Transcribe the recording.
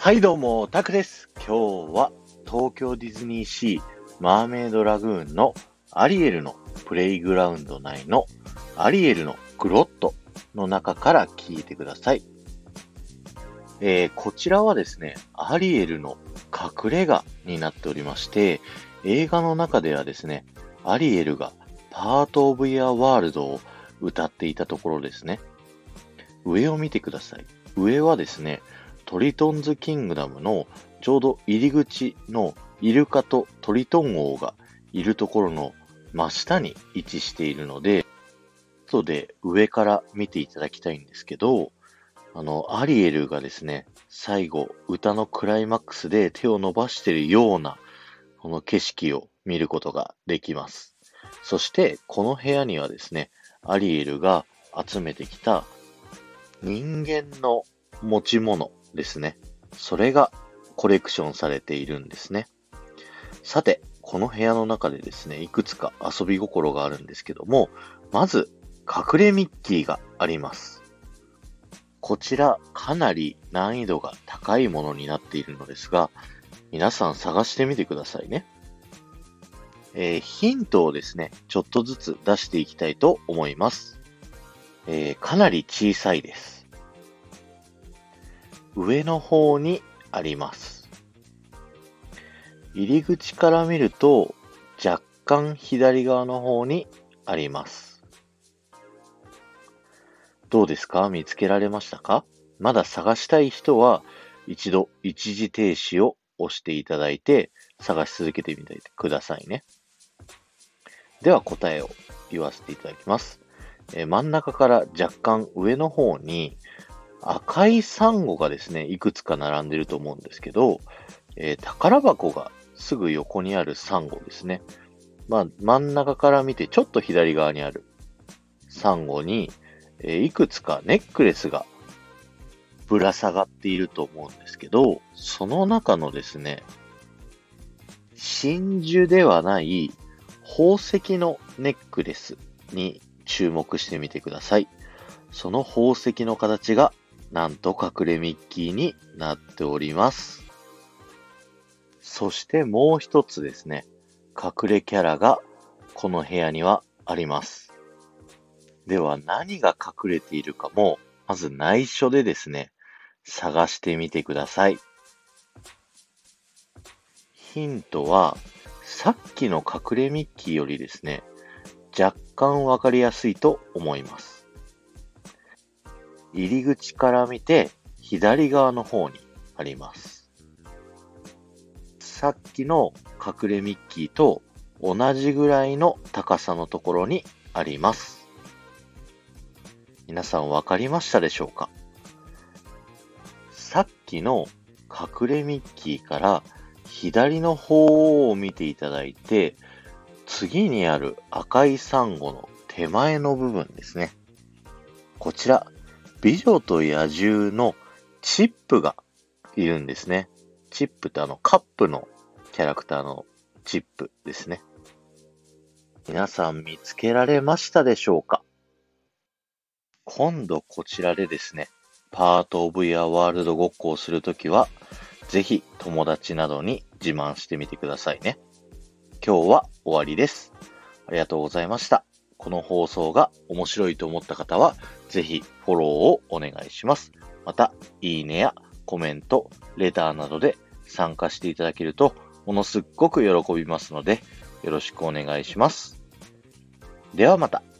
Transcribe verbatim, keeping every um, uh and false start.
はいどうも、タクです。今日は東京ディズニーシーマーメイドラグーンのアリエルのプレイグラウンド内のアリエルのグロットの中から聞いてください。えー、こちらはですね、アリエルの隠れ家になっておりまして、映画の中ではですね、アリエルがパートオブイヤーワールドを歌っていたところですね。上を見てください。上はですね、トリトンズキングダムのちょうど入り口のイルカとトリトン王がいるところの真下に位置しているので、後で上から見ていただきたいんですけど、あの、アリエルがですね、最後、歌のクライマックスで手を伸ばしているような、この景色を見ることができます。そして、この部屋にはですね、アリエルが集めてきた人間の持ち物ですね。それがコレクションされているんですね。さて、この部屋の中でですね、いくつか遊び心があるんですけども、まず、隠れミッキーがあります。こちら、かなり難易度が高いものになっているのですが、皆さん探してみてくださいね。えー、ヒントをですね、ちょっとずつ出していきたいと思います。えー、かなり小さいです。上の方にあります。入り口から見ると、若干左側の方にあります。どうですか？見つけられましたか？まだ探したい人は、一度一時停止を押していただいて、探し続けてみてくださいね。では答えを言わせていただきます。えー真ん中から若干上の方に赤いサンゴがですね、いくつか並んでると思うんですけど、えー宝箱がすぐ横にあるサンゴですね。まあ、真ん中から見てちょっと左側にあるサンゴに、えーいくつかネックレスがぶら下がっていると思うんですけど、その中のですね、真珠ではない宝石のネックレスに注目してみてください。その宝石の形がなんと隠れミッキーになっております。そしてもう一つですね、隠れキャラがこの部屋にはあります。では何が隠れているかも、まず内緒でですね、探してみてください。ヒントは、さっきの隠れミッキーよりですね、若干わかりやすいと思います。入り口から見て左側の方にあります。さっきの隠れミッキーと同じぐらいの高さのところにあります。皆さんわかりましたでしょうか？さっきの隠れミッキーから左の方を見ていただいて、次にある赤いサンゴの手前の部分ですね。こちら、美女と野獣のチップがいるんですね。チップってあのカップのキャラクターのチップですね。皆さん見つけられましたでしょうか？今度こちらでですね、パートオブイヤーワールドごっこをするときは、ぜひ友達などに自慢してみてくださいね。今日は終わりです。ありがとうございました。この放送が面白いと思った方は、ぜひフォローをお願いします。また、いいねやコメント、レターなどで参加していただけると、ものすっごく喜びますので、よろしくお願いします。ではまた。